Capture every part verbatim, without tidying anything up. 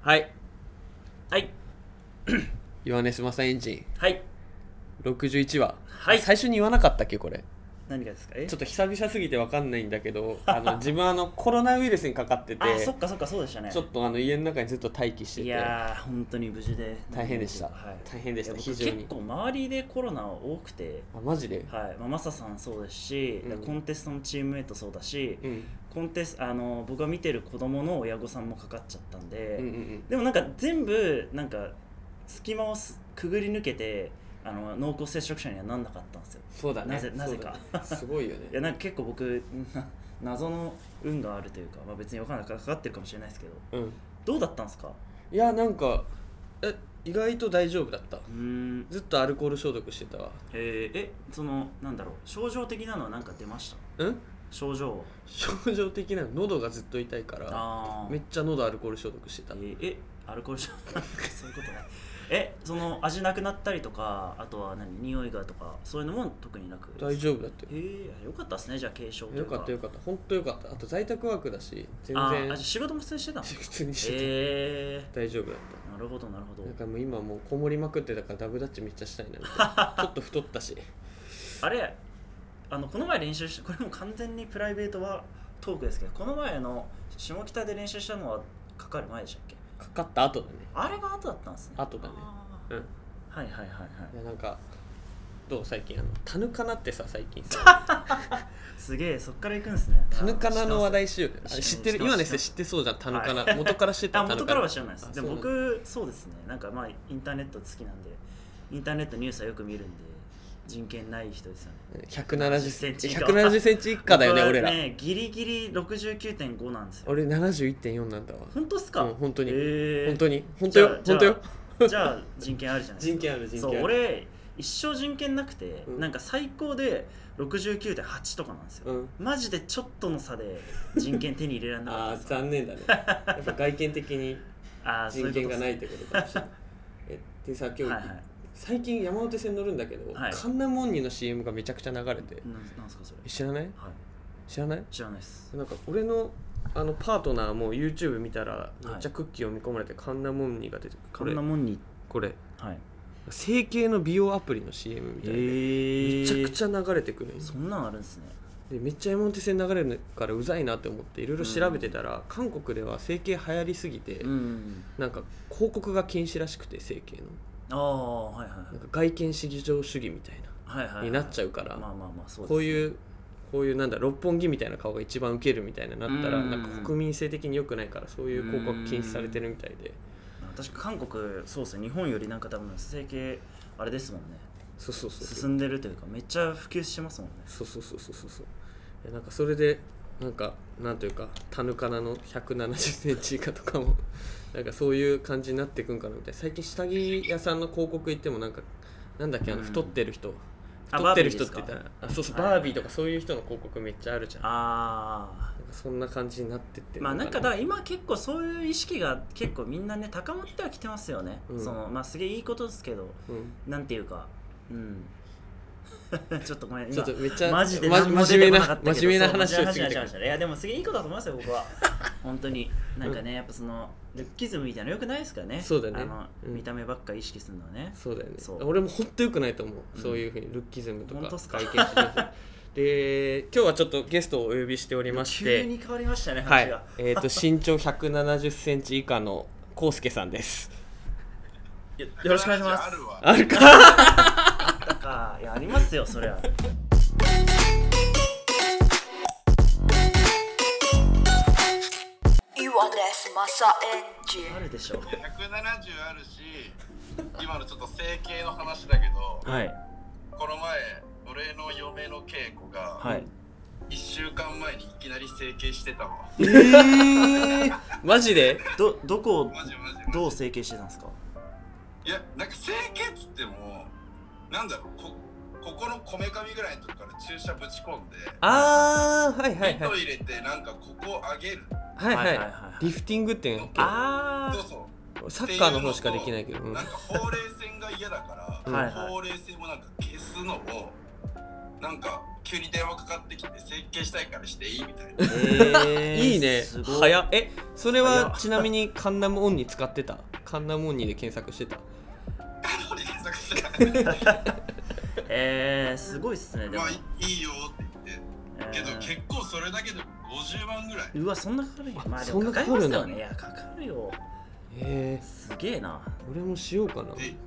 はいはいヨハネスマサエンジンはいろくじゅういちわ、 はい最初に言わなかったっけこれ。 何がですか。えちょっと久々すぎて分かんないんだけどあの自分あのコロナウイルスにかかっててあそっかそっかそうでしたね。 ちょっとあの家の中にずっと待機してて、 いやー本当に無事で大変でした、 はい、 大変でした僕非常に。 結構周りでコロナ多くて、 あマジで。 はいまあ、マサさんそうですし、 うんコンテストのチームメイトそうだし、 うん、 コンテスあの僕が見てる子供の親御さんもかかっちゃったんで、 うんうんうん、 でもなんか全部なんか隙間をくぐり抜けてあの濃厚接触者にはなんなかったんですよ。 そうだね、 なぜなぜか、 ね、すごいよねいやなんか結構僕謎の運があるというか、まあ、別に分からないからかかってるかもしれないですけど、 うん、 どうだったんですか。 いやなんかえ意外と大丈夫だった。 うーんずっとアルコール消毒してたわ。 えー、えそのなんだろう症状的なのは何か出ました。 うん症状症状的なの喉がずっと痛いからあめっちゃ喉アルコール消毒してた。 えー、えアルコール症そういうことね。えその味なくなったりとかあとは何匂いがとかそういうのも特になく大丈夫だったよ。 えー、よかったですね。じゃあ軽症というかよかったよかった本当よかった。あと在宅ワークだし全然ああ仕事も普通にしてたの。 普通にしてて、 え大丈夫だった。 ー、なるほどなるほど。 なんかもう今もうこもりまくってたからダブダッチめっちゃしたいなみたいなちょっと太ったしあれあのこの前練習してこれも完全にプライベートはトークですけど、この前の下北で練習したのはかかる前でしたっけ。 かかった後だね。 あれが後だったんですね。 後だね。うん。いはいはいはいはいやなんかどう最近あのタヌカナってさ最近さすげえそっから行くんですね。 タヌカナの話題しようよ。あれ知ってる今ね知ってます知ってそうじゃんタヌカナ、 はい元から知ってたあ元からは知らないです。でもそう僕そうですねなんかまあインターネット好きなんでインターネットニュースはよく見るんで人権ない人ですよね。 ひゃくななじゅっセンチひひゃくななじゅっセンチ以下だよね俺ら。 ねギリギリ ろくじゅうきゅうてんご なんですよ。 俺ななじゅういってんよんなんだわ。 本当っすか。 うん本当に、 えー、 本当に本当よ本当よ。 じゃあ人権あるじゃないですか。 人権ある人権ある。 そう俺一生人権なくて、 うん、 なんか最高で ろくじゅうきゅうてんはち とかなんですよ、うん、マジでちょっとの差で人権手に入れられなかったです。 あ残念だねやっぱ外見的に人権がないってことかもしれない。えでさ今日、はいはい、最近山手線乗るんだけど、はい、カンナモンニの シーエム がめちゃくちゃ流れて。 ななんすかそれ。 知らない、はい、知らない知らないです。 なんか俺のあのパートナーも YouTube 見たらめっちゃクッキーを見込まれて、はい、カンナモンニが出てくる。 カンナモンニこれ、 はい、 整形の美容アプリの シーエム みたいで、えー、めちゃくちゃ流れてくる。 そんなのあるんですね。 でめっちゃ山手線流れるからうざいなって思っていろいろ調べてたら、うん、韓国では整形流行りすぎて、うん、なんか広告が禁止らしくて整形のあ、はいはい、なんか外見至上主義みたいな、はいはいはい、になっちゃうから、まあまあまあそうですね、こういうこういうなんだ六本木みたいな顔が一番ウケるみたいななったら、うん、なんか国民性的に良くないからそういう広告禁止されてるみたいで。 確か韓国そうですね、日本よりなんか多分整形あれですもんね。 そうそうそうそう、 進んでるというかめっちゃ普及してますもんね。 そうそうそうそうそうそう。いやなんかそれでなんかなんというかタヌカナのひゃくななじゅっセンチ以下とかもなんかそういう感じになっていくんかなみたいな。最近下着屋さんの広告行ってもなんかなんだっけあの太ってる人、うん、太ってる人って言ったらあそうそう、はい、バービーとかそういう人の広告めっちゃあるじゃん。ああなんかそんな感じになってってる。 まあなんかだから今結構そういう意識が結構みんなね高まってはきてますよね、うん、そのまあすげえいいことですけど、うん、なんていうかうんちょっとごめん、 ちょっとめっちゃマジで何も出てこなかったけど真面目な話をしすぎていやでもすげえいいことだと思いますよ僕は本当になんかね、やっぱそのルッキズムみたいなのよくないですかね。 そうだね、 あの、うん、見た目ばっか意識するのはね。 そうだよね。俺も本当よくないと思う、うん、そういうふうにルッキズムとか外見してで今日はちょっとゲストをお呼びしておりまして、 急に変わりましたね話が、はい、えー、と身長ひゃくななじゅっセンチ以下のコウスケさんです。 よ, よろしくお願いします。 あるかあったか。いやありますよそりゃ。あるでしょ。 ひゃくななじゅうあるし、今のちょっと整形の話だけど、はい、この前俺の嫁の恵子が、はい、いっしゅうかんまえにいきなり整形してたわ。 えー、マジで？ どどこをどう整形してたんですか？ いやなんか整形っつってもなんだろう こ, ここのこめかみぐらいのとこから注射ぶち込んで、 あーはいはいはい、 糸入れてなんかここ上げる。 はいはい、はいはいはい、リフティングっていうの？ あそうそうサッカーの方しかできないけど、 なんかほうれい線が嫌だから、はいはい、ほうれい線もなんか消すのをなんか急に電話かかってきて整形したいからしていいみたいな。 えー、いいね。早っ。え、それはちなみにカンナムオンに使ってた？カンナムオンにで検索してた？ カンナムオンに検索してた。 えー、すごいっすね。 でもまあいいよって言って、えー、けど結構それだけでごじゅうまんぐらい。 うわ、そんなかかるよ。まあでもかかりますよね。いや、かかるよ。 えー、 すげえな。 俺もしようかな。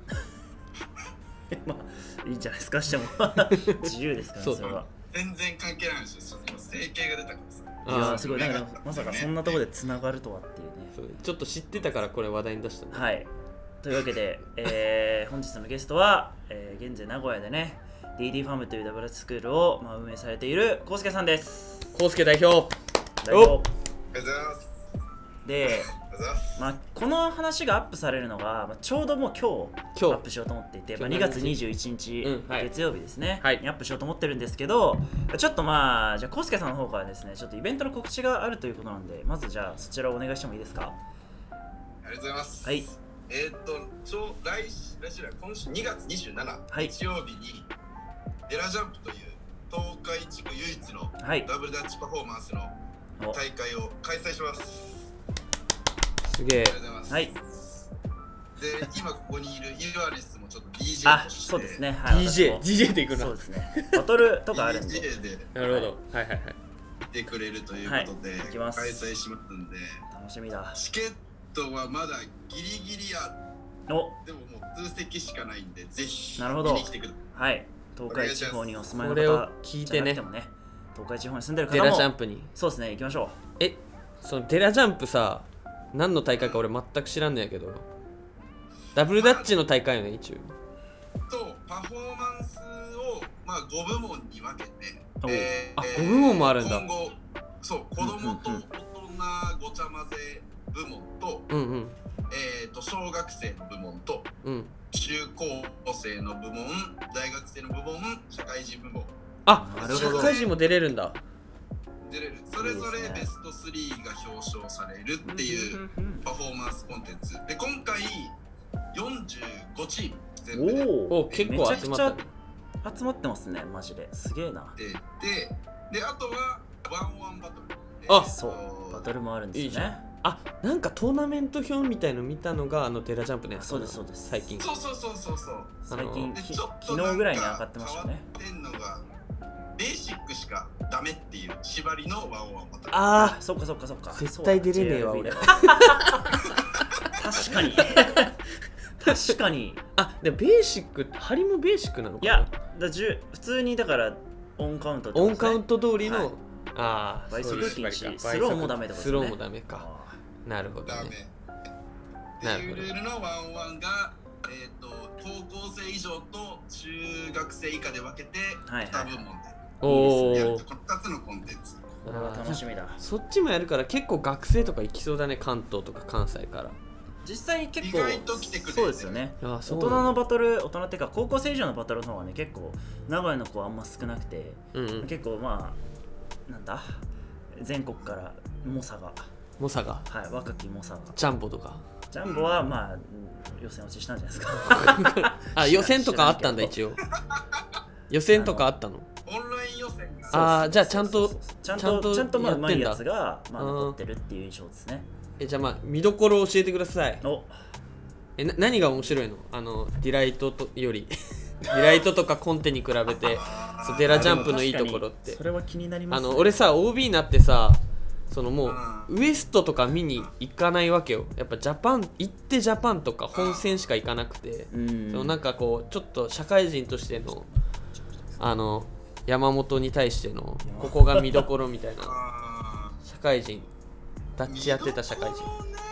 まあいいんじゃないですか、しても自由ですから、ね、それは全然関係ないんですよ。その整形が出たからさ。いやすごい。なんかまさかそんなところでつながるとはっていうね。 そうちょっと知ってたからこれ話題に出した、ね、 はい。というわけで、えー、本日のゲストは、えー、現在名古屋でね ディーディー ファームというダブルスクールを、まあ、運営されているコウスケさんです。 コウスケ代表代表ありがとうございます。 で、まあ、この話がアップされるのが、まあ、ちょうどもう今日アップしようと思っていて、まあ、にがつにじゅういちにち、うんはい、月曜日ですね、はい、にアップしようと思ってるんですけど、ちょっとまあじゃあコウスケさんの方からですねちょっとイベントの告知があるということなんで、まずじゃあそちらをお願いしてもいいですか。 ありがとうございます。 はい。 えー、っとちょ来来週今週にがつにじゅうしちにち、日曜日にデラジャンプという東海地区唯一のダブルダッチパフォーマンスの大会を開催します。 すげえ。 ありがとうございます。 はい。 で、今ここにいるイワレスもちょっと ディージェー として。 あ、そうですね。はい、 ディージェー、ディージェー でいくな。 そうですね。バトルとかあるんで。 ディージェー で。 なるほど。はいはいはい。 来てくれるということで、はい、 行きます。 開催しますんで。 楽しみだ。 チケットはまだギリギリや。 お。 でももう数席しかないんで、ぜひなるほど。 見に来てください。はい。東海地方にお住まいの方、 これを聞いてね。 東海地方に住んでる方もデラジャンプに。 そうですね。行きましょう。 え、そのデラジャンプさ。何の大会か俺全く知らんのやけど、ダブルダッチの大会よね一応。 とパフォーマンスをまあごぶもんに分けて、 えー、あごぶもんもあるんだ。 今後そう子供と大人ごちゃ混ぜ部門と、うんうん、えっ、ー、と小学生の部門と、うん、中高生の部門、大学生の部門、社会人部門。 あ、社会人も出れるんだ。 出れる。それぞれベストスリーが表彰されるっていうパフォーマンスコンテンツで、今回よんじゅうごチーム全部で。 おお、結構集まった、ね、 集まってますね、マジですげえな。 で、で、であとはワンワンバトル。 あ、そう、バトルもあるんですね。いいじゃん。 あ、なんかトーナメント表みたいの見たのがあのデラジャンプね。 そうですそうです。 最近。 そうそうそうそうそう。 最近昨日ぐらいに上がってましたね。 変わってんのがベーシックしかダメっていう縛りのワンワンバトル。 ああ、そっかそっかそっか。 絶対出れねえわ俺。 確かに。確かに。 あ、でもベーシック、ハリもベーシックなのかな。 いや、だじゅ普通にだからオンカウントってことですね。 オンカウント通りの、はい、ああ、 倍速禁止、スローもダメってことですね。 スローもダメか。なるほど、ね。 ダメ。っていうルールのワンワンが、えっと高校生以上と中学生以下で分けてに部門で。 おお。 やるとふたつのコンテンツ。 これは楽しみだ。 そっちもやるから結構学生とか行きそうだね、関東とか関西から。 実際結構意外と来てくれる、ね、 そうですよね。大人のバトル、大人っていうか高校生以上のバトルの方はね結構名古屋の子はあんま少なくて、うんうん、結構まあなんだ全国から猛者が猛者がはい若き猛者がジャンボとかジャンボはまあ予選落ちしたんじゃないですか。あ、予選とかあったんだ一応。予選とかあったの？ オンライン予選が。 ああ、じゃあちゃんとちゃんとちゃんとまあうまいやつがまあ残ってるっていう印象ですね。 え、じゃあまあ見どころを教えてください。 おえな何が面白いの？あのディライトとよりディライトとかコンテに比べてそうデラジャンプのいいところって。 それは気になります、ね。 あの俺さ オービー になってさ、そのもうウエストとか見に行かないわけよ。やっぱジャパン行ってジャパンとか本戦しか行かなくて、そのなんかこうちょっと社会人としてのあの山本に対してのここが見どころみたいな。社会人ダッチやってた社会人。 い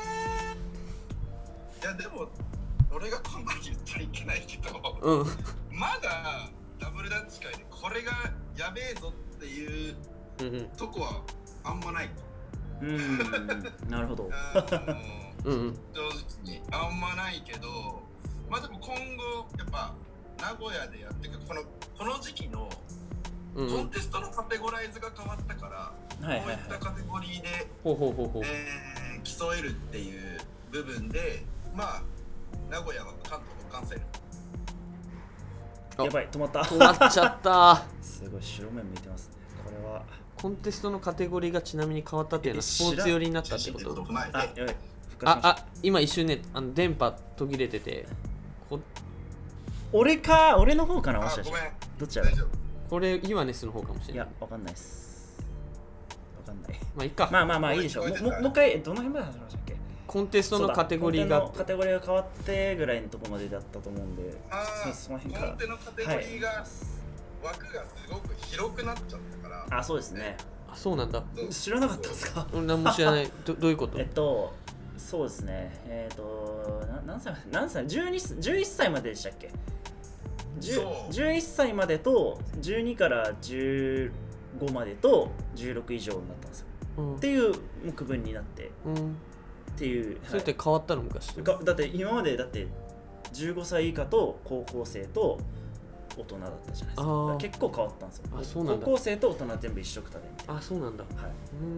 やでも俺がこんなに言っちゃいけないけど、うん、まだダブルダッチ界でこれがやべえぞっていうとこはあんまない。 うん、なるほど。 うん、 正直にあんまないけど、まあでも今後やっぱ名古屋でやっていくこのこの時期のコンテストのカテゴライズが変わったから、うん、こういったカテゴリーで競えるっていう部分で、まあ名古屋は関東と関西やばい止まった止まっちゃったすごい白目向いてますね。これはコンテストのカテゴリーがちなみに変わったっていうのはスポーツ寄りになったってこと？ あ、やばいああ今一瞬ねあの電波途切れててこ俺か俺の方かなもしかしてどっちやろこれイワネスの方かもしれない。 いやわかんないっすわかんないまあいいかまあまあまあいいでしょう。ももう一回どの辺まで話しましたっけ？ コンテストのカテゴリーがカテゴリーが変わってぐらいのところまでだったと思うんで、 あその辺からコンテのカテゴリーが、はい、枠がすごく広くなっちゃったから。 あそうですね。 あそうなんだ。 知らなかったですか？ 俺何も知らないどどういうこと？ えっとそうですねえっ、ー、とな何歳何歳じゅうにじゅういっさいまででしたっけ？じゅういっさいまでとじゅうにからじゅうごまでとじゅうろく以上になったんですよ、うん、っていう区分になって、うん、っていう、はい、 それって変わったの昔だって今までだってじゅうごさい以下と高校生と大人だったじゃないですか。結構変わったんですよ。あそうなんだ。高校生と大人全部一緒くたでみたいな。 あそうなんだ、 はい、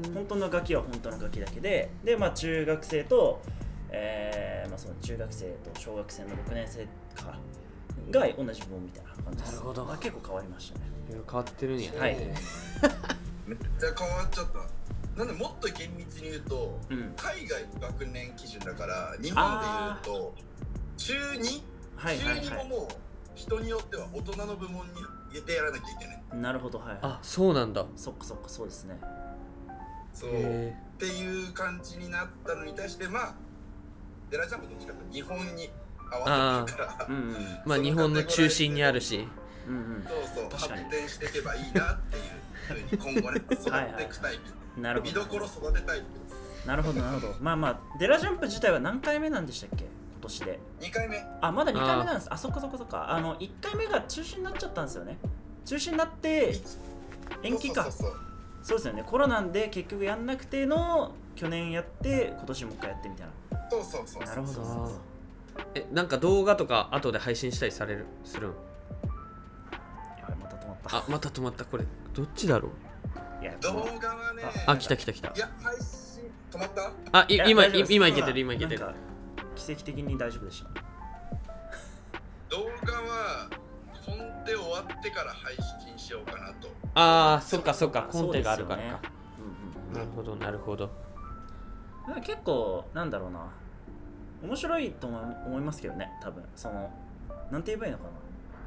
本当のガキは本当のガキだけでで、まあ、中学生と、えーまあ、その中学生と小学生のろくねん生かが同じ分みたいな感じです。なるほど。結構変わりましたね。 変わってるんや。 はい。 めっちゃ変わっちゃった。なんでもっと厳密に言うと、うん、海外の学年基準だから日本で言うと中に、はいはいはい、中にももう人によっては大人の部門に入れてやらなきゃいけない。 なるほどはい。 あそうなんだ。 そっかそっかそうですね。 そうっていう感じになったのに対してまあデラジャンプどっちかというと日本に合わせてるから、うんうん、 まあ日本の中心にあるし、 うんうん、そうそう発展していけばいいなっていうふうに今後ね育っていくタイプ。なるほど。見どころ育てタイプ。 なるほどなるほど。まあまあデラジャンプ自体は何回目なんでしたっけ？今年でにかいめ。 あまだにかいめなんです。あ、あそっかそっかそっか。あのいっかいめが中止になっちゃったんですよね。中止になって延期か。そうそうそうそう。そうですよね。コロナで結局やんなくての去年やって今年もう一回やってみたいな。 そうそうそう。 なるほど。 えなんか動画とか後で配信したりされるするん？ やばいまた止まった。 あまた止まった。これどっちだろう？ いや動画はね。 あ来た来た来た。 いや配信止まった？ あい今今いけてる今いけてる。 奇跡的に大丈夫でした。 動画はコンテ終わってから配信しようかなと。 ああそっかそっかコンテがあるからか。なるほどなるほど。 結構なんだろうな面白いと思いますけどね。多分そのなんて言えばいいのかな。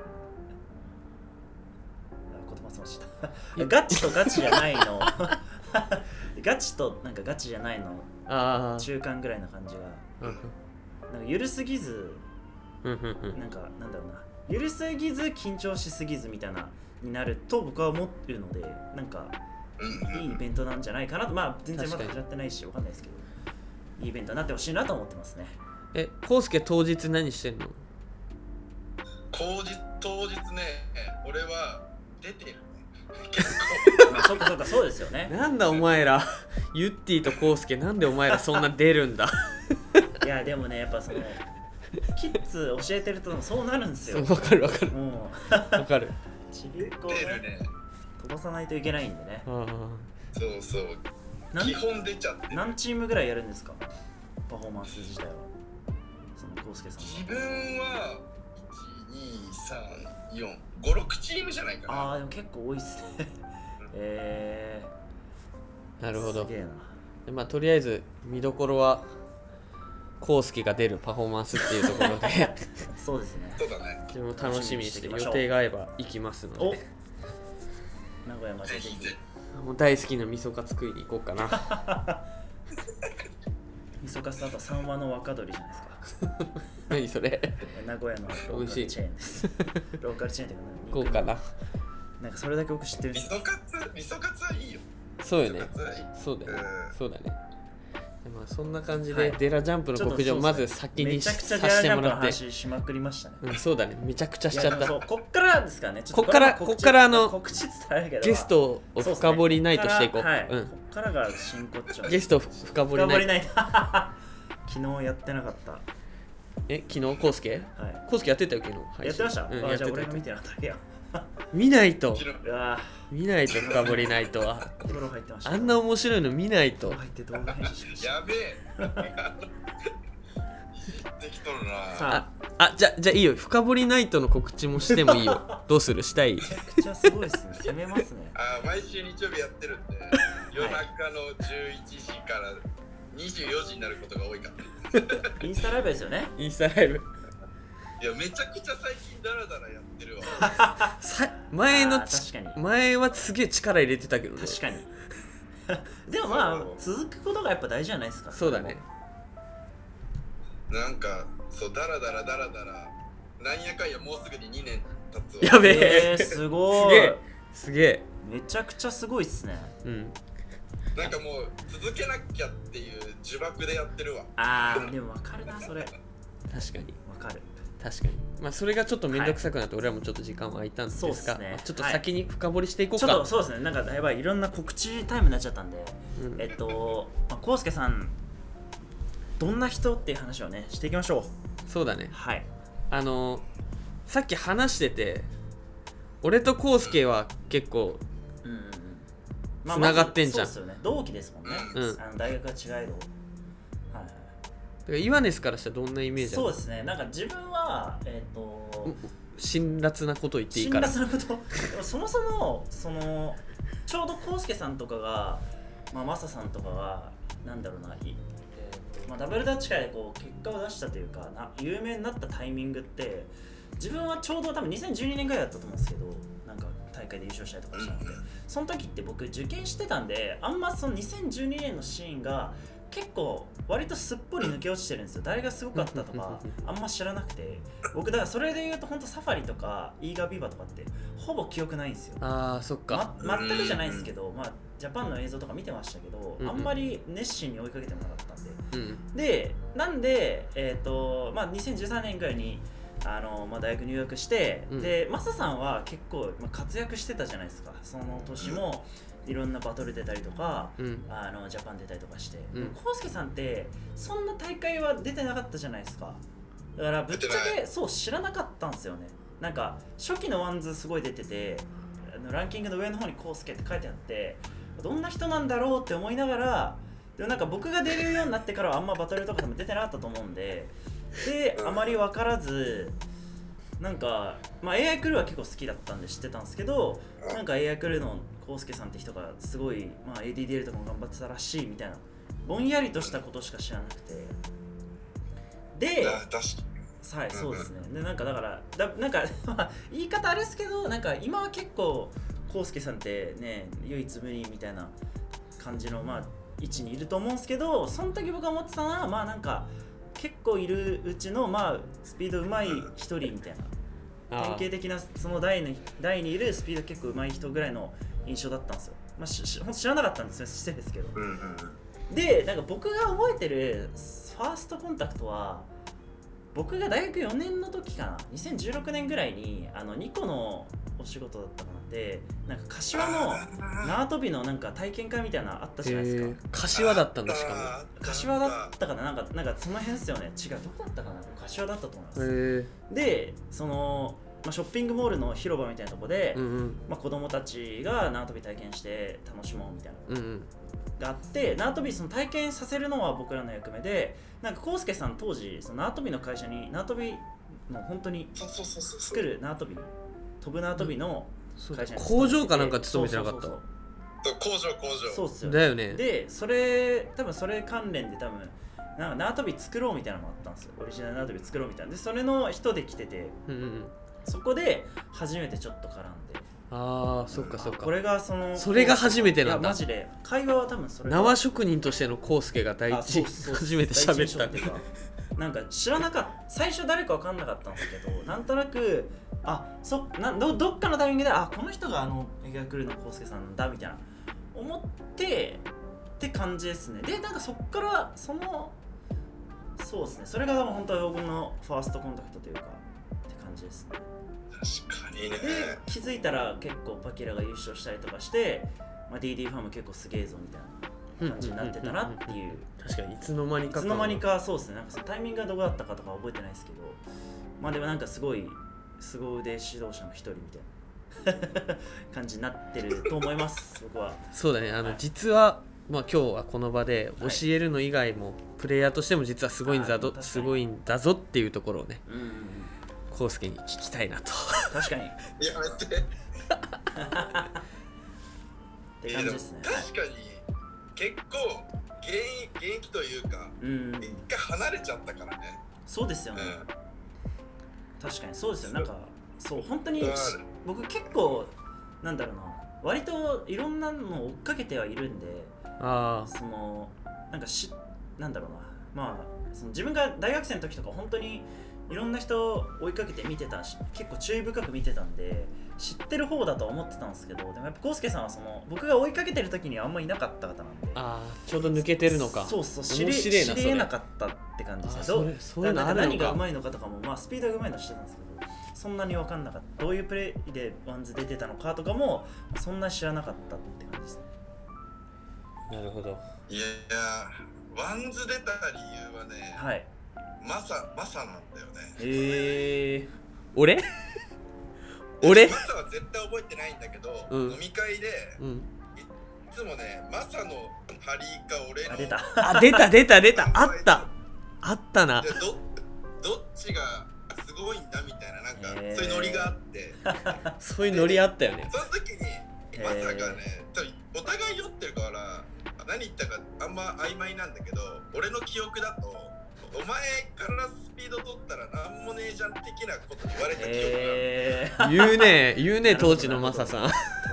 言葉すましたガチとガチじゃないのガチとなんかガチじゃないの中間ぐらいな感じがなんか緩すぎずなんかなんだろうな緩すぎず緊張しすぎずみたいなになると僕は思ってるのでなんかいいイベントなんじゃないかなと。まあ全然まだ始まってないしわかんないですけどいいイベントになってほしいなと思ってますね。 え、コウスケ当日何してんの？ 当日当日ね俺は出てる結構まあそっかそっかそうですよね。 なんだお前らユッティとコウスケなんでお前らそんな出るんだいやでもねやっぱそのキッズ教えてるとそうなるんですよ。 わかるわかるもうわかるちびっこをね飛ばさないといけないんでね。 あそうそう基本出ちゃって何チームぐらいやるんですかパフォーマンス自体は。そのコウスケさん自分はいちにさんよんごろくチームじゃないかな。 ああでも結構多いっすねえー、なるほど。 すげえな。 でまあとりあえず見どころはコウスケが出るパフォーマンスっていうところでそうですね。 そうだね。 自分も楽しみにして予定が合えば行きますので名古屋までぜひもう大好きな味噌カツ食いに行こうかな味噌カツだとさんわの若鶏じゃないですか何それ名古屋のローカルチェーンですローカルチェーンって行こうかな。 なんかそれだけ僕知ってる。 味噌カツ味噌カツはいいよ。 そうよね。そうだよね。そうだね。まあそんな感じでデラジャンプの告知をまず先にさせてもらって。めちゃくちゃデラジャンプの話しまくりましたね。 うん、そうだね。めちゃくちゃしちゃった。 そうこっからですかね。 こっからこっからあの告知って言ったらあれだけどゲストを深掘りナイトしていこう。 はい。こっからが真骨頂。 ゲスト深掘りナイト。 昨日やってなかった。 え昨日コウスケ？はい。コウスケやってたよ昨日。 やってました。うん、あじゃあ俺が見てなかっただけや。 見ないと。 うわ見ないと深掘りないとはあんな面白いの見ないと。 入って動画編集しました。 やべえできとるな。 さああ、じゃじゃあいいよ、深掘りナイトの告知もしてもいいよ。どうする？したい？ めちゃくちゃすごいですね。攻めますね。 あ、毎週日曜日やってるんで、夜中のじゅういちじからにじゅうよじになることが多いから。 インスタライブですよね。 インスタライブ。 いや、めちゃくちゃ最近ダラダラやってるわ。 さ前の確かに前はすげえ力入れてたけどね。 確かに。でもまあ続くことがやっぱ大事じゃないですか。 そうだね。 なんかそうダラダラダラダラなんやかんやもうすぐににねん経つわ。やべえ、 えー、すごい。 すげえすげえ。 めちゃくちゃすごいっすね。 うん。 なんかもう続けなきゃっていう呪縛でやってるわ。 あーでも分かるなそれ。確かに分かる。 確かに。まあそれがちょっと面倒くさくなって、俺らもちょっと時間は空いたんですが、そうですね、ちょっと先に深掘りしていこうか。 ちょっとそうですね。なんかやばいいろんな告知タイムになっちゃったんで、うん、えっとコウスケさんどんな人っていう話をねしていきましょう。 そうだね。 はい。 あのさっき話してて、俺とコウスケは結構つながってんじゃん。 そうですよね。同期ですもんね。うん、あの大学は違えど。 イワネスからしたらどんなイメージある？ そうですね。なんか自分はえっ、ー、と辛辣なこと言っていいから。 辛辣なこと。でもそもそもそのちょうどコウスケさんとかが、まあマサさんとかがなんだろうな、えーとまあ、ダブルダッチ界でこう結果を出したというかな有名になったタイミングって自分はちょうど多分にせんじゅうにねんぐらいだったと思うんですけど、なんか大会で優勝したりとかしたので、その時って僕受験してたんであんまそのにせんじゅうにねんのシーンが結構割とすっぽり抜け落ちてるんですよ。誰がすごかったとかあんま知らなくて、僕だからそれで言うと本当サファリとかイーガービーバーとかってほぼ記憶ないんですよ。 あーそっか、 ま、全くじゃないんですけど、まあジャパンの映像とか見てましたけど、あんまり熱心に追いかけてもなかったんで、うん、でなんでえっ、ー、とまあにせんじゅうさんねんぐらいにあのまあ、大学入学して、うん、でマサさんは結構、まあ、活躍してたじゃないですか。その年もいろんなバトル出たりとか、うん、あのジャパン出たりとかして、うん、コウスケさんってそんな大会は出てなかったじゃないですか。だからぶっちゃけそう知らなかったんですよね。なんか初期のワンズすごい出てて、あのランキングの上の方にコウスケって書いてあって、どんな人なんだろうって思いながら、でもなんか僕が出るようになってからはあんまバトルとかでも出てなかったと思うんで、であまり分からず、なんか、まあ、エーアイ クルーは結構好きだったんで知ってたんですけど、なんか エーアイ クルーのコウスケさんって人がすごい、まあ、エーディーディーエル とかも頑張ってたらしいみたいなぼんやりとしたことしか知らなくて、で、はい、そうですね。でなんかだからだなんか言い方あれですけど、なんか今は結構コウスケさんってね唯一無二みたいな感じのまあ位置にいると思うんですけど、その時僕が思ってたのはまあなんか結構いるうちのまあスピード上手い一人みたいな、典型的なその台に台にいるスピード結構上手い人ぐらいの印象だったんですよ。まあしし本当知らなかったんですよ、失礼ですけど。でなんか僕が覚えてるファーストコンタクトは僕が大学よねんの時かな、にせんじゅうろくねんぐらいにあのニコのお仕事だったかなで、なんか柏の縄跳びのなんか体験会みたいなのあったじゃないですか。 柏だったんだ。しかも柏だったかな、なんかなんかその辺ですよね。違う、どこだったかな、柏だったと思います。でその、まあ、ショッピングモールの広場みたいなところで、うんうん、まあ、子供たちが縄跳び体験して楽しもうみたいな、うんうん、があって、縄跳びその体験させるのは僕らの役目で、なんかコウスケさん当時その縄跳びの会社に縄跳びの本当に作る縄跳び飛ぶ縄跳びの会社に工場かなんか勤めてなかった？ 工場工場そうっすよ、 だよね。 でそれ多分それ関連で多分なんか縄跳び作ろうみたいなのもあったんですよ。オリジナル縄跳び作ろうみたいなで、それの人で来てて、うんうんうん、そこで初めてちょっと絡んで、 ああそっかそっか、 これがそのそれが初めてなんだ。 マジで会話は多分それ縄職人としてのコウスケが第一初めて喋ったっていうか、 なんか知らなかった、最初誰か分かんなかったんですけど、なんとなくあそな ど, どっかのタイミングであこの人があのエガクルーのコウスケさんだみたいな思ってって感じですね。でなんかそっからそのそうですね、それが本当は僕のファーストコンタクトというかって感じですね。 確かにね。 で気づいたら結構パキラが優勝したりとかして、まあ、ディーディー ファンも結構すげえぞみたいな感じになってたなっていう。 確かにいつの間にかいつの間にかそうですね。なんかそのタイミングがどこだったかとか覚えてないですけど、まあでもなんかすごい凄腕指導者の一人みたいな感じになってると思います僕は。 そうだね、あの、はい、実はまあ今日はこの場で教えるの以外も、はい、プレイヤーとしても実はすごいんだぞすごいんだぞっていうところをね、うんうんうん、康介に聞きたいなと。 確かに。 やめて。って感じですね。確かに結構現役、現役というか、うん、一回離れちゃったからね。 そうですよね。うん、確かにそうですよ。なんかそう本当に僕結構なんだろうな、割といろんなのを追っかけてはいるんで、あそのなんかしなんだろうな、まあその自分が大学生の時とか本当にいろんな人を追いかけて見てたし、結構注意深く見てたんで知ってる方だとは思ってたんですけど、でもやっぱ康介さんはその僕が追いかけてる時にはあんまりいなかった方なんで、 ああちょうど抜けてるのか。 そうそう知り知り得なかったって感じですね。どうそういうのあるのか。何が上手いのかとかもまあスピードが上手いのは知ってたんですけど、そんなに分かんなかった。どういうプレイでワンズ出てたのかとかもそんな知らなかったって感じですね。 なるほど。 いやワンズ出た理由はね、はい、マサマサなんだよね。 えー、俺俺マサは絶対覚えてないんだけど、うん、飲み会で、うん、いつもねマサのハリーか俺のあ出たあ出た出た出たあったあったな。 どどっちがすごいんだみたいな、なんか、えー、そういうノリがあってそういうノリあったよね。 その時にまさかね、お互い酔ってるから何言ったかあんま曖昧なんだけど、俺の記憶だとお前からスピード取ったらなんもねえじゃん的なこと言われた記憶がある、 えー、言うね言うね当時のマサさん。で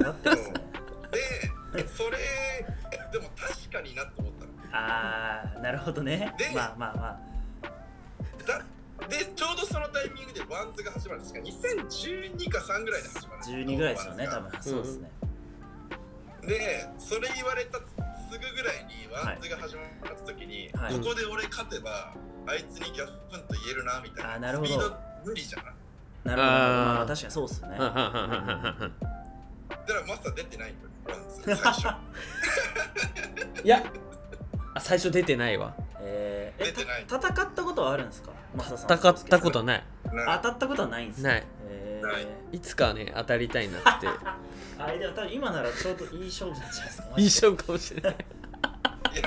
それでも確かになと思ったの。 あーなるほどね。でまあまあまあだでちょうどそのタイミングでワンズが始まるんですがにせんじゅうにかさんぐらいで始まる。 じゅうにぐらいですよね多分。そうですね。 でそれ言われたすぐぐらいにワンズが始まった時に、はい、ここで俺勝てばあいつにギャフンと言えるなみたいな。あなるほど。スピード無理じゃない。 なるほど。まあ確かにそうっすね。だからマスター出てないんだよワンズ最初。 いやあ最初出てないわ。 えー、え出てない。戦ったことはあるんですかマサさん。 戦ったことない。 当たったことはないんですか。 ない。えー、ない。いつかね当たりたいなって。 あれでも多分今ならちょうどいい勝負なんじゃないですか。 いい勝負かもしれない。いや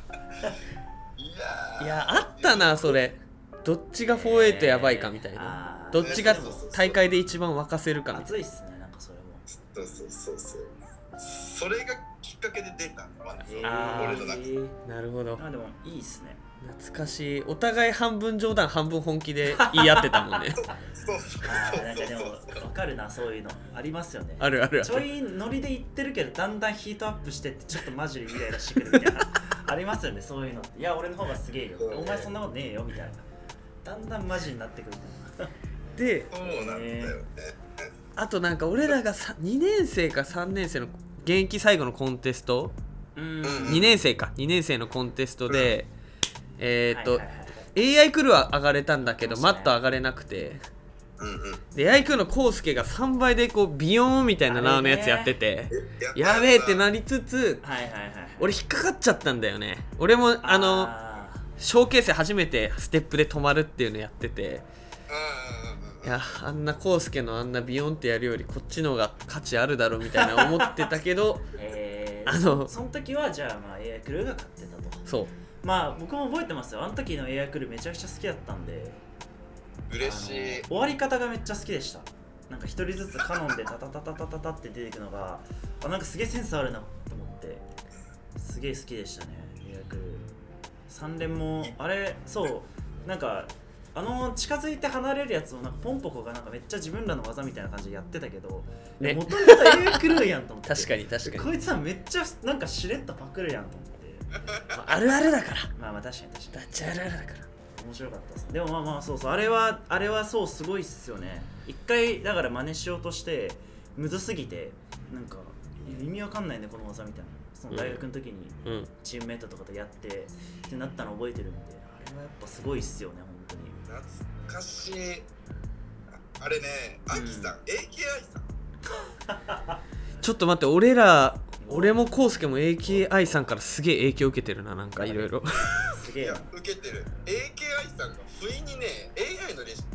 いやあったなそれ。どっちがフォーエイトやばいかみたいな、えー、どっちが大会で一番沸かせるかみたいな。 熱いっすねなんかそれも。 そうそうそうそう。それがきっかけで出たワンズ、えー、俺の中で。 なるほど。 あでもいいっすね。 懐かしい。お互い半分冗談半分本気で言い合ってたもんね。 そうそうそうあなんかでも分かるなそういうのありますよね。 あるあるある。 ちょいノリで言ってるけどだんだんヒートアップしてってちょっとマジでイライラしてくるみたいなありますよねそういうのって。いや俺の方がすげえよ、お前そんなことねえよみたいな。だんだんマジになってくるでそうなんだよね。 あとなんか俺らがにねん生かさんねん生の現役最後のコンテスト、うんにねん生かにねん生のコンテストで、うん、えー、っと、はいはいはいはい、エーアイ クルーは上がれたんだけどマット上がれなくて、うんうん、で エーアイ クルーのコウスケがさんばいでこうビヨーンみたいな縄のやつやってて、やべえってなりつつ、はいはいはい、俺引っかかっちゃったんだよね。俺もあの小形成初めてステップで止まるっていうのやってて、いやあんなコウスケのあんなビヨンってやるよりこっちの方が価値あるだろみたいな思ってたけど、 えー、あの そ, その時はじゃあまあ エーアイ クルーが勝ってたと。 そうまあ僕も覚えてますよ。あの時の エーアイ クルーめちゃくちゃ好きだったんで。 嬉しい。 終わり方がめっちゃ好きでした。なんか一人ずつカノンでタタタタタタタって出ていくのがあなんかすげえセンスあるなと思ってすげえ好きでしたね エーアイ クルー。さん連もあれそうなんかあの近づいて離れるやつをなんかポンポコがなんかめっちゃ自分らの技みたいな感じでやってたけど、ね、もともと エーアイ クルーやんと思って確かに確かにこいつはめっちゃなんかしれっとパクるやんと思ってあるあるだからまあまあ確かに確かにだっちゃあるあるだから面白かったです。でもまあまあそうそうあれはあれはそうすごいっすよね。一回だから真似しようとしてむずすぎてなんか意味わかんないねこの技みたいな。その大学の時にチームメイトとかとやって、うん、ってなったの覚えてるんであれはやっぱすごいっすよね本当に。 懐かしい。あれねアキさん、うん、エーケーアイ さんちょっと待って俺ら俺もコウスケも エーケーアイ さんからすげえ影響受けてるななんかいろいろ。 すげえ。いや受けてる。エーケーアイ さんが不意にね エーアイ の練習来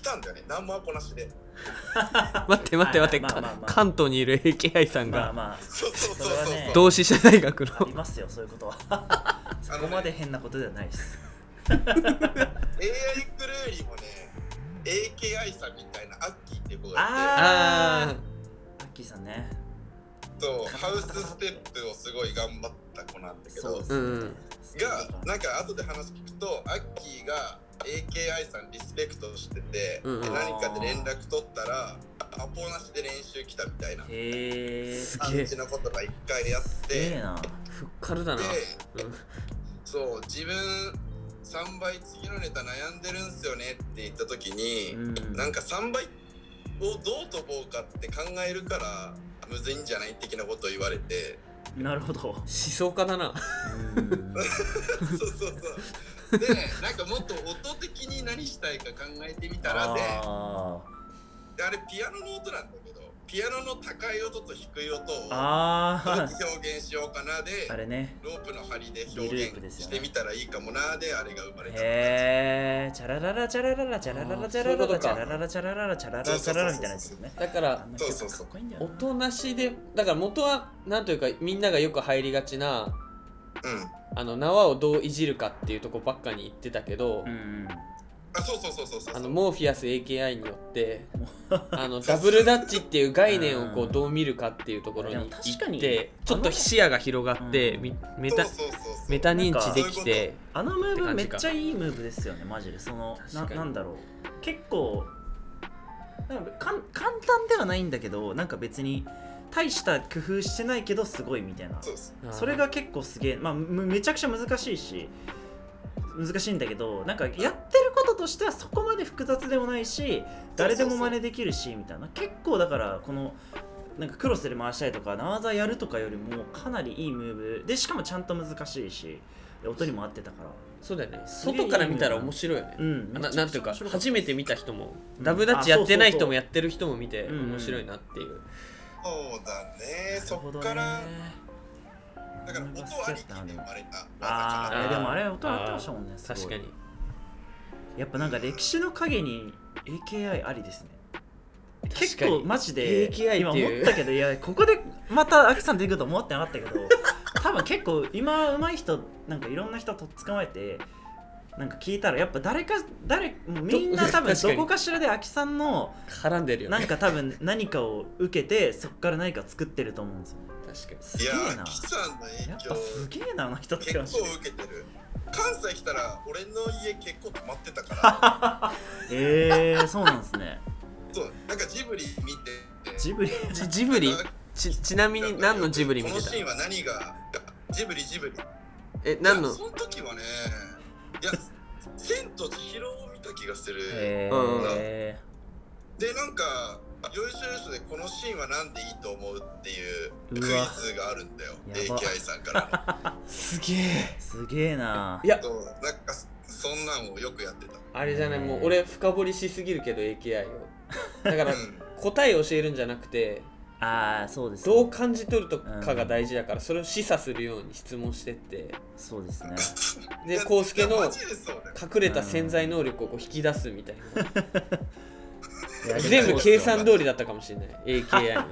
たんだよね、何もアポなしで待って待って待って、まあまあまあ、関東にいる エーケーアイ さんが、まあまあ、 そうそうそうそう、ね、 同志社大学のありますよそういうことはそこまで変なことではないですエーアイ クルーにもね エーケーアイ さんみたいなアッキーっていう子がいて、 あーアッキーさんね、 そうハウスステップをすごい頑張った子なんだけど、 そう、うん、 がなんか後で話聞くとアッキーが エーケーアイ さんリスペクトしてて、うん、で何かで連絡取ったらアポなしで練習来たみたいな感じのことが一回やってふっかるだな、で、 うん、そう自分さんばい次のネタ悩んでるんすよねって言った時に、うん、なんかさんばいをどう飛ぼうかって考えるからむずいんじゃない的なことを言われて、 なるほど、 思想家だなそうそうそうでなんかもっと音的に何したいか考えてみたらで、あ, であれピアノの音なんだけどピアノの高い音と低い音をどうやって表現しようかなで、 あれね、 ロープの針で表現してみたらいいかもなであれが生まれちゃった。 へー、チャラララチャラララチャラララチャラララチャラララチャラララチャラララチャララみたいなやつですね。 だからそうそうそう音なしで、だから元はなんというかみんながよく入りがちな、 うん、 あの縄をどういじるかっていうとこばっかに言ってたけど、 うん、あそうそうそうそうそう、 あのモーフィアス エーケーアイ によってあのダブルダッチっていう概念をこうどう見るかっていうところに行ってちょっと視野が広がって、うん、メタメタ認知できて、 あのムーブめっちゃいいムーブですよねマジで。その な, なんだろう結構なんかか簡単ではないんだけど、なんか別に大した工夫してないけどすごいみたいな、 そ, それが結構すげえ、まあめちゃくちゃ難しいし難しいんだけど、なんかやってることとしてはそこまで複雑でもないし誰でも真似できるしみたいな、結構だからこのなんかクロスで回したりとか縄技やるとかよりもかなりいいムーブで、しかもちゃんと難しいし音にも合ってたから、 そうだよね、外から見たら面白いよね、うん、な, なんていうか初めて見た人も、うん、ダブダッチやってない人もやってる人も見て面白いなっていう、うん、 そうだね、そっからだから音ありきで生まれた。 ああ、でもあれ音あってましたもんね。 確かに。 やっぱなんか歴史の陰に エーケーアイ ありですね。結構マジでエーケーアイ今思ったけど、いやここでまたアキさん出てくると思ってなかったけど、多分結構今上手い人なんかいろんな人と捕まえてなんか聞いたらやっぱ誰か誰もうみんな多分どこかしらでアキさんの絡んでるよね。 なんか多分何かを受けてそこから何か作ってると思うんですよ。 確かに。 すげえな。 アキさんの影響やっぱすげえなあの人って結構受けてる。関西来たら俺の家結構泊まってたからえー、そうなんですね。 そうなんかジブリ見てジブリジ, ジブリ ち, ちなみに何のジブリ見てた？ このシーンは何がジブリジブリえ何の？ その時はねいや千と千尋を見た気がする。 へーでなんか要所要所でこのシーンはなんでいいと思うっていうクイズがあるんだよ エーケーアイ さんからのすげえすげえな。 いやそうなんかそんなんをよくやってた。 あれじゃない、もう俺深掘りしすぎるけど エーケーアイ をだから答えを教えるんじゃなくてああそうです、ね、 どう感じ取るとかが大事だから、うん、それを示唆するように質問してってそうですねで康介の隠れた潜在能力をこう引き出すみたいな全部計算通りだったかもしれない エーケーアイ の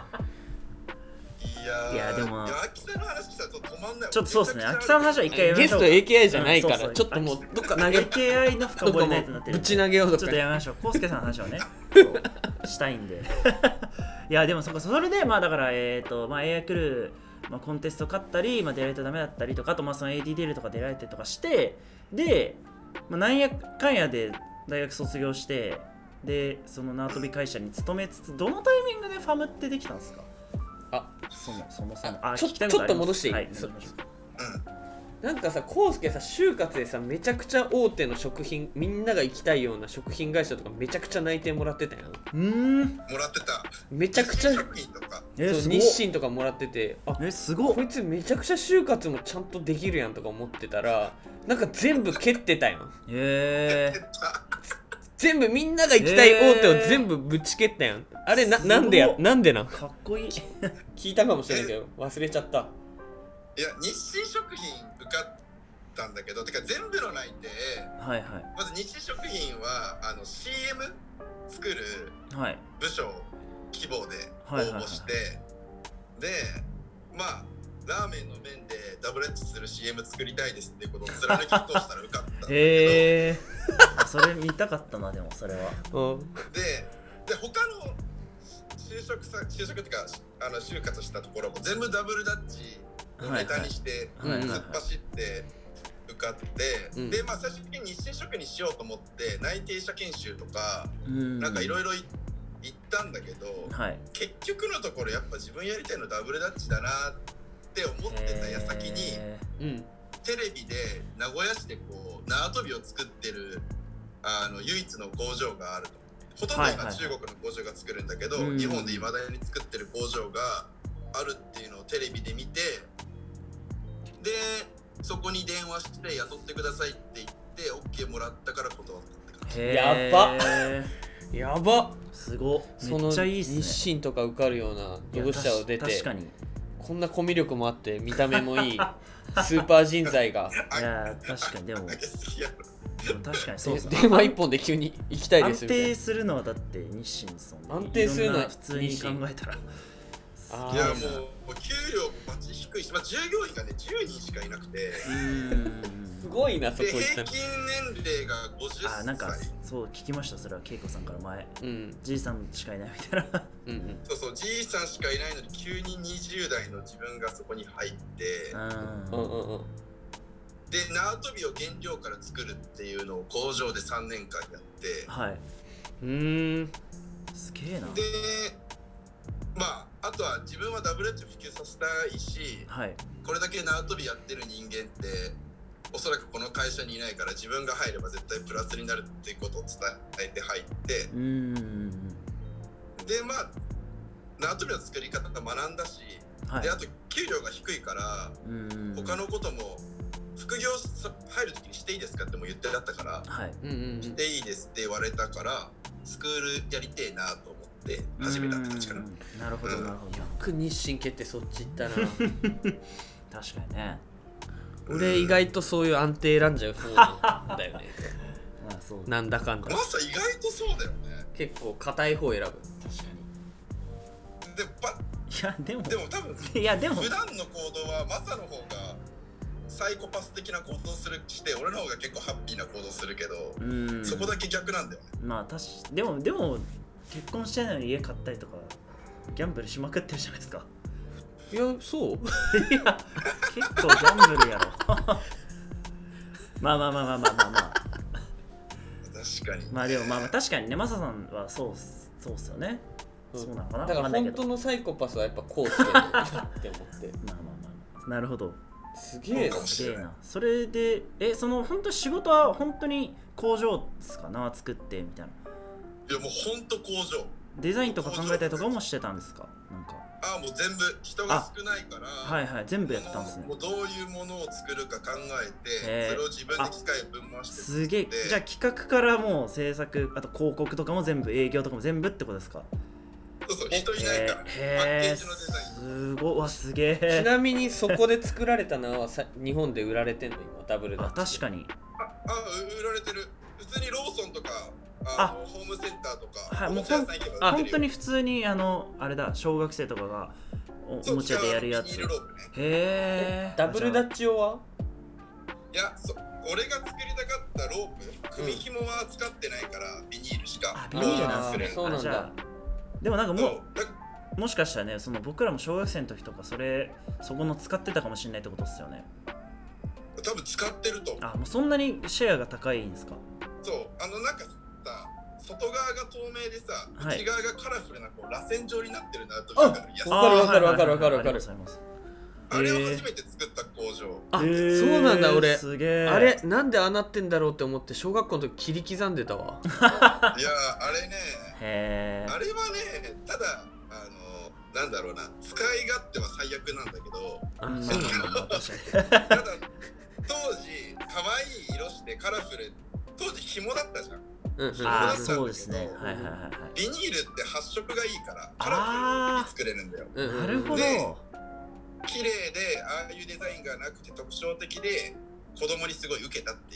いや, いやでも秋さんの話したらちょっと止まんない。 ちょっとそうですね。秋さんの話は一回やめましょう。 ゲスト エーケーアイ じゃないから、 うん、そうそうちょっともうどっか投げエーケーアイ の深掘りないとなってるんでぶち投げようとかちょっとやめましょう。康介さんの話をねしたいんでいやでもそこそれでまあだからえっ、ー、とまあ エーアイ クルー、まあ、コンテスト勝ったり、まあ、出られてダメだったりとか、あとまあその エーディー 出るとか出られてとかしてで、まあ、なんやかんやで大学卒業してでその縄跳び会社に勤めつつどのタイミングでファムってできたんですか？ あそもそもそもあちょちょっと戻していい、 はい、 なんかさ康介さ就活でさめちゃくちゃ大手の食品みんなが行きたいような食品会社とかめちゃくちゃ内定もらってたやん。 うーんもらってた。 めちゃくちゃ食品とかそう日清とかもらっててあえすごいこいつめちゃくちゃ就活もちゃんとできるやんとか思ってたらなんか全部蹴ってたやん。 へえ全部みんなが行きたい大手を全部ぶち蹴ったやん。あれななんでやなんでなんかっこいい聞いたかもしれないけど忘れちゃった。 いや日清食品受かったんだけどてか全部の内定はいはいまず日清食品はあの シーエム作る部署希望で応募して、でまあラーメンの麺でダブルエッチする シーエム 作りたいですっていうことを貫き通したら受かったんだけどへーそれ見たかったな。でもそれはでで他の就職さ就職っていうかあの就活したところも全部ダブルダッチをネタにして突っ走って受かって、うん、でまあ最終的に日清食にしようと思って内定者研修とか、うん、なんかいろいろ行ったんだけど、はい、結局のところやっぱ自分やりたいのダブルダッチだなって思ってた矢先に、うん、テレビで名古屋市でこう縄跳びを作ってるあの唯一の工場があると。ほとんど今中国の工場が作るんだけど、はいはい、日本で未だに作ってる工場があるっていうのをテレビで見て、でそこに電話して雇ってくださいって言って OK もらったから断ったって感じ。 やばやばすごめっちゃいいっすね。 日清とか受かるような同志社を出て確かにこんなコミュ力もあって見た目もいいスーパー人材がいや確かにでもでも確かにそうですね。電話一本で急に行きたいですよ。安定するのはだって日清そんな安定するのは普通に考えたらあいやもう給料もバチ低いし、まあ、従業員がねじゅうにんしかいなくてすごいなそこ行った平均年齢がごじゅっさい。 あなんかそう聞きました。それは恵子さんから前、うん、じいさんしかいないみたいなうん、うん、そうそうじいさんしかいないのに急ににじゅう代の自分がそこに入ってうんうんうんで縄跳びを原料から作るっていうのを工場でさんねんかんやってはいうーんすげえな。 でまああとは自分はダブルエッチを普及させたいし、はい、これだけ縄跳びやってる人間っておそらくこの会社にいないから自分が入れば絶対プラスになるっていうことを伝えて入ってうーんでまあ縄跳びの作り方学んだし、はい、であと給料が低いから他のことも副業入るときにしていいですかっても言ってだったから、はい、していいですって言われたからスクールやりてえなと思って始めたって感じかな。 なるほどなるほど。 よく日清蹴ってそっち行ったな確かにね。 俺意外とそういう安定選んじゃう方なんだよねああそうなんだかんだマサ意外とそうだよね。 結構硬い方選ぶ。確かにでばいやでもでも多分いやでも普段の行動はマサの方がサイコパス的な行動するして俺の方が結構ハッピーな行動するけどうんそこだけ逆なんだよね。 まあ確かでもでも結婚してないのに家買ったりとかギャンブルしまくってるじゃないですか。 いやそういや結構ギャンブルやろまあまあまあまあまあまあまあ確かに、ね、 まあでもまあ確かにねマサさんはそうそうっすよね、うん、そうなのかな。 だから本当のサイコパスはやっぱこうしてるって思ってまあまあまあなるほど。 すげえなすげえな。それでえその本当仕事は本当に工場ですかな作ってみたいな。 いやもう本当工場デザインとか考えたりとかもしてたんですか。なんかああもう全部人が少ないからはいはい全部やったんですね。 もうどういうものを作るか考えてそれを自分で機械分回してすげえ。じゃあ企画からもう制作あと広告とかも全部営業とかも全部ってことですか。 そうそう人いないからパッケージのデザインすごいわすげえ。 ちなみにそこで作られたのはさ日本で売られてんの今ダブルダッチ。 あ確かにああ売られてる。普通にローソンとかあのホームセンターとかはいもうほんあ本当に普通にあのあれだ小学生とかがおもちゃでやるやつ、ね、へえ。 ダブルダッチ用は？ いやそ俺が作りたかったロープ組紐は使ってないから、うん、ビニールしか。 あビニールなんすね。そうなんだ。でもなんかもうもしかしたらねその僕らも小学生の時とかそれそこの使ってたかもしれないってことですよね。 多分使ってると思う。 あもうそんなにシェアが高いんですか。 そうあのなんかさ外側が透明でさ、はい、内側がカラフルなこう螺旋状になってるなと分かる。 わかるわかるわかるわかるわかる。 あれを初めて作った工場。 あ、そうなんだ俺。すげえ。あれなんでああなってんだろうって思って小学校の時切り刻んでたわ。 いやあれね。へあれはねただあのなんだろうな使い勝手は最悪なんだけど。あそうなんだ確かに。ただ当時可愛い色してカラフル当時紐だったじゃん。 うん、ああそうですね。はいはいはいはい。 ビニールって発色がいいからカラフルに作れるんだよ。 なるほど。 綺麗でああいうデザインがなくて特徴的で子供にすごい受けたっていう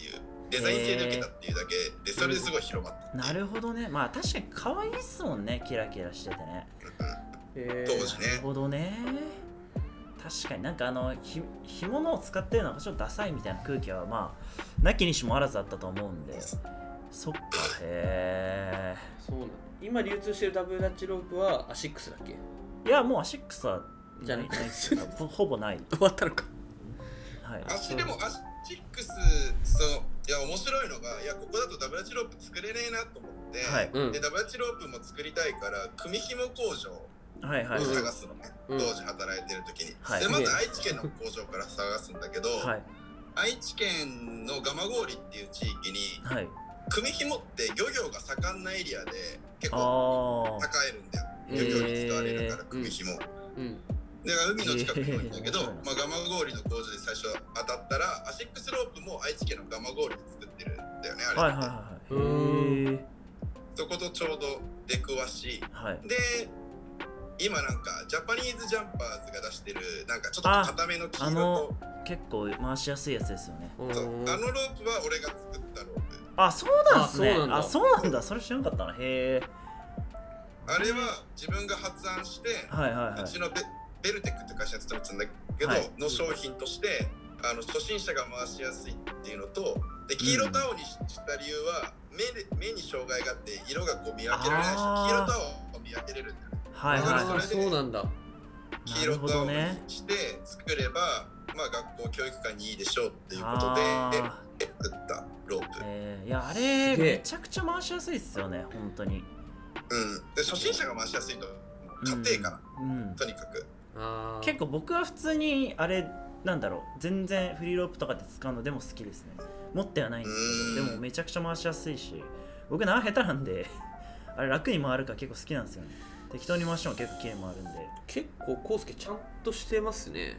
デザイン性で受けたっていうだけで、それですごい広まった。 なるほどね。まあ確かに可愛いっすもんね、キラキラしててね。 当時ね。 なるほどね。確かになんかあのひ干物を使ってるのがちょっとダサいみたいな空気はまあなきにしもあらずだったと思うんで。そっか。へえ。 そうなの。今流通してるダブルダッチロープはアシックスだっけ？ いやもうアシックスはじゃないですか。ほぼない。 終わったのか。 はい。あでもアシックスそういや面白いのがいやここだとダブルダッチロープ作れねえなと思って、はい、でダブルダッチロープも作りたいから組紐工場を探すのね、はいはい、当時働いてる時に、はい、でまず愛知県の工場から探すんだけど、はい、愛知県の蒲郡っていう地域に、はい、組紐って漁業が盛んなエリアで結構高えるんだよ。漁業に使われるから組紐、うんうんで海の近くに多いんだけど、えーまあ、蒲郡の工場で最初当たったらアシックスロープも愛知県の蒲郡で作ってるんだよねあれ、はいはいはい、そことちょうど出くわし、はい、で今なんかジャパニーズジャンパーズが出してるなんかちょっと固めの黄色と結構回しやすいやつですよね。 そうあのロープは俺が作ったロープ。 あそうなんすね。あそうなんだ。それ知らなかったな。へえ。 あれは自分が発案して、はいはいはい、うちのベベルテックって会社に勤めてたんだけど、はい、の商品としてあの初心者が回しやすいっていうのとで黄色と青にした理由は、うん、目で目に障害があって色がこう見分けられないし黄色と青を見分けれるんだよね。はいはいはい。それでそうなんだ。黄色と青にして作れば、まあ学校教育館にいいでしょうっていうことで作ったロープ。 えー、いやあれめちゃくちゃ回しやすいっすよね本当に。 うんで初心者が回しやすいと家庭から、うんうん、とにかく。 結構僕は普通にあれなんだろう全然フリーロープとかで使うのでも好きですね。持ってはないんですけどでもめちゃくちゃ回しやすいし僕縄下手なんであれ楽に回るから結構好きなんですよね。適当に回しても結構綺麗に回るんで。 結構コウスケちゃんとしてますね。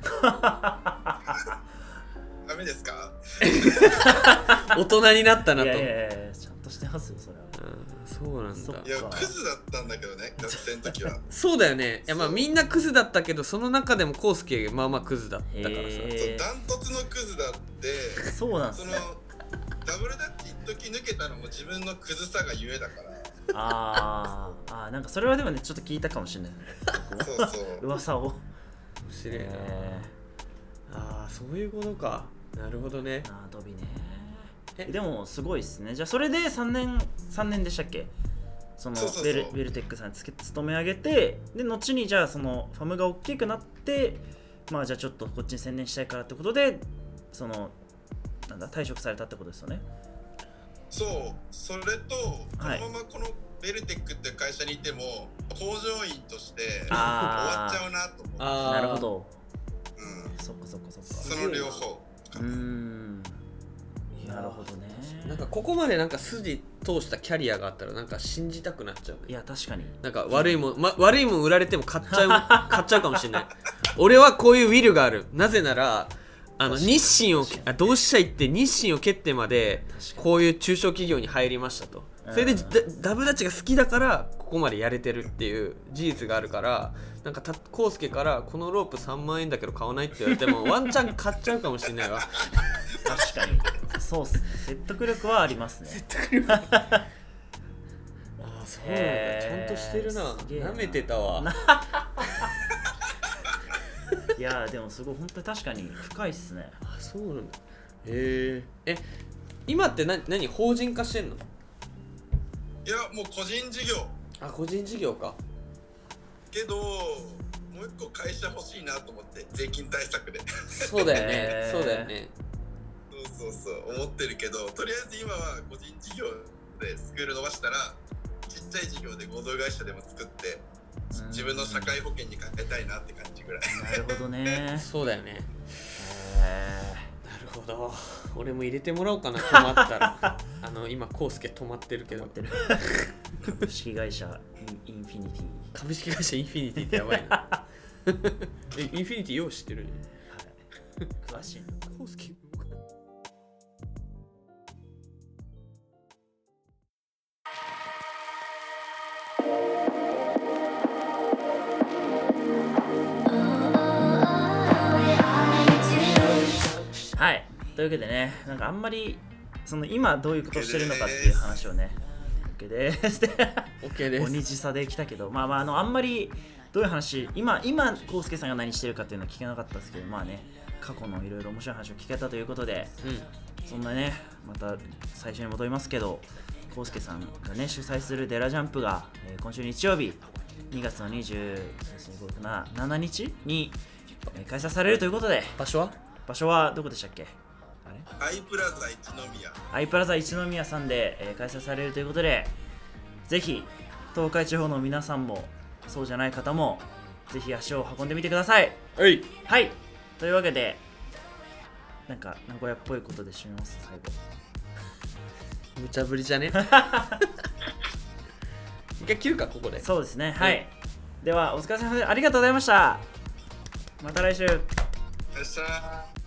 ダメですか？ 大人になったなと。 いやいやいやちゃんとしてますよそれは。 そうなんだ。 いやクズだったんだけどね学生の時は。 そうだよね。いやまあみんなクズだったけどその中でもコウスケまあまあクズだったからさ。 そうダントツのクズだって。 そうなんですね。 そのダブルダッチ一時抜けたのも自分のクズさがゆえだから。 あーあーなんかそれはでもねちょっと聞いたかもしれない。 そうそう噂を。 面白いな。ああそういうことか。なるほどね。 あードビね。でもすごいですね。じゃあそれでさんねんさんねんでしたっけ？そのベルベルテックさんに勤め上げてで後にじゃあそのファムが大きくなってまあじゃあちょっとこっちに専念したいからってことでそのなんだ退職されたってことですよね。 そうそれとこのままこのベルテックって会社にいても工場員として終わっちゃうなと思って。 あなるほど。 うんそっかそっかそっか。 その両方。 うーん。なるほどね。 なんかここまでなんか筋通したキャリアがあったらなんか信じたくなっちゃう、ね。 いや確かに。 なんか悪いもん、ま、悪いもん売られても買っちゃう買っちゃうかもしれない。俺はこういうウィルがある。なぜならあの日清をあ同志社行って日清を蹴ってまでこういう中小企業に入りましたと。それでダブダチが好きだからここまでやれてるっていう事実があるからなんかコウスケからこのロープさんまんえんだけど買わないって言われてもワンチャン買っちゃうかもしれないわ。 確かにそうっすね。説得力はありますね。 説得力ああそうなんだ、えー、ちゃんとしてるな。なめてたわ。 いやでもすごい本当に確かに深いっすね。 あそうなんだ。へえ。え今って何何法人化してんの？ いやもう個人事業。 あ個人事業か。 けどもう一個会社欲しいなと思って税金対策で。 そうだよね。そうだよね。 そうそうそう思ってるけどとりあえず今は個人事業でスクール伸ばしたらちっちゃい事業で合同会社でも作って自分の社会保険にかけたいなって感じぐらい。 なるほどね。 そうだよね。へなるほど。俺も入れてもらおうかな止まったら。あの今コウスケ止まってるけど。 株式会社インフィニティ。 株式会社インフィニティってやばいな。えインフィニティよう知ってる？ はい。詳しい。 コウスケ。 はいというわけでねなんかあんまりその今どういうことをしてるのかっていう話をね OK です OK です。 鬼時差で来たけど、まあまああのあんまりどういう話今今康介さんが何してるかっていうのは聞けなかったですけど、まあね過去のいろいろ面白い話を聞けたということで、うん、そんなねまた最初に戻りますけど、康介さんがね主催するデラジャンプが、えー、今週日曜日にがつのにじゅうしちにちに、えー、開催されるということで、 場所は場所はどこでしたっけ？ アイプラザ一宮アイプラザ一宮さんで、えー、開催されるということで、ぜひ東海地方の皆さんもそうじゃない方もぜひ足を運んでみてください。 はい、 はい、というわけでなんか名古屋っぽいことで締めます。最後無茶ぶりじゃね一回切るかここで。 そうですね、はい、ではお疲れ様です。ありがとうございました。また来週。 よっしゃー。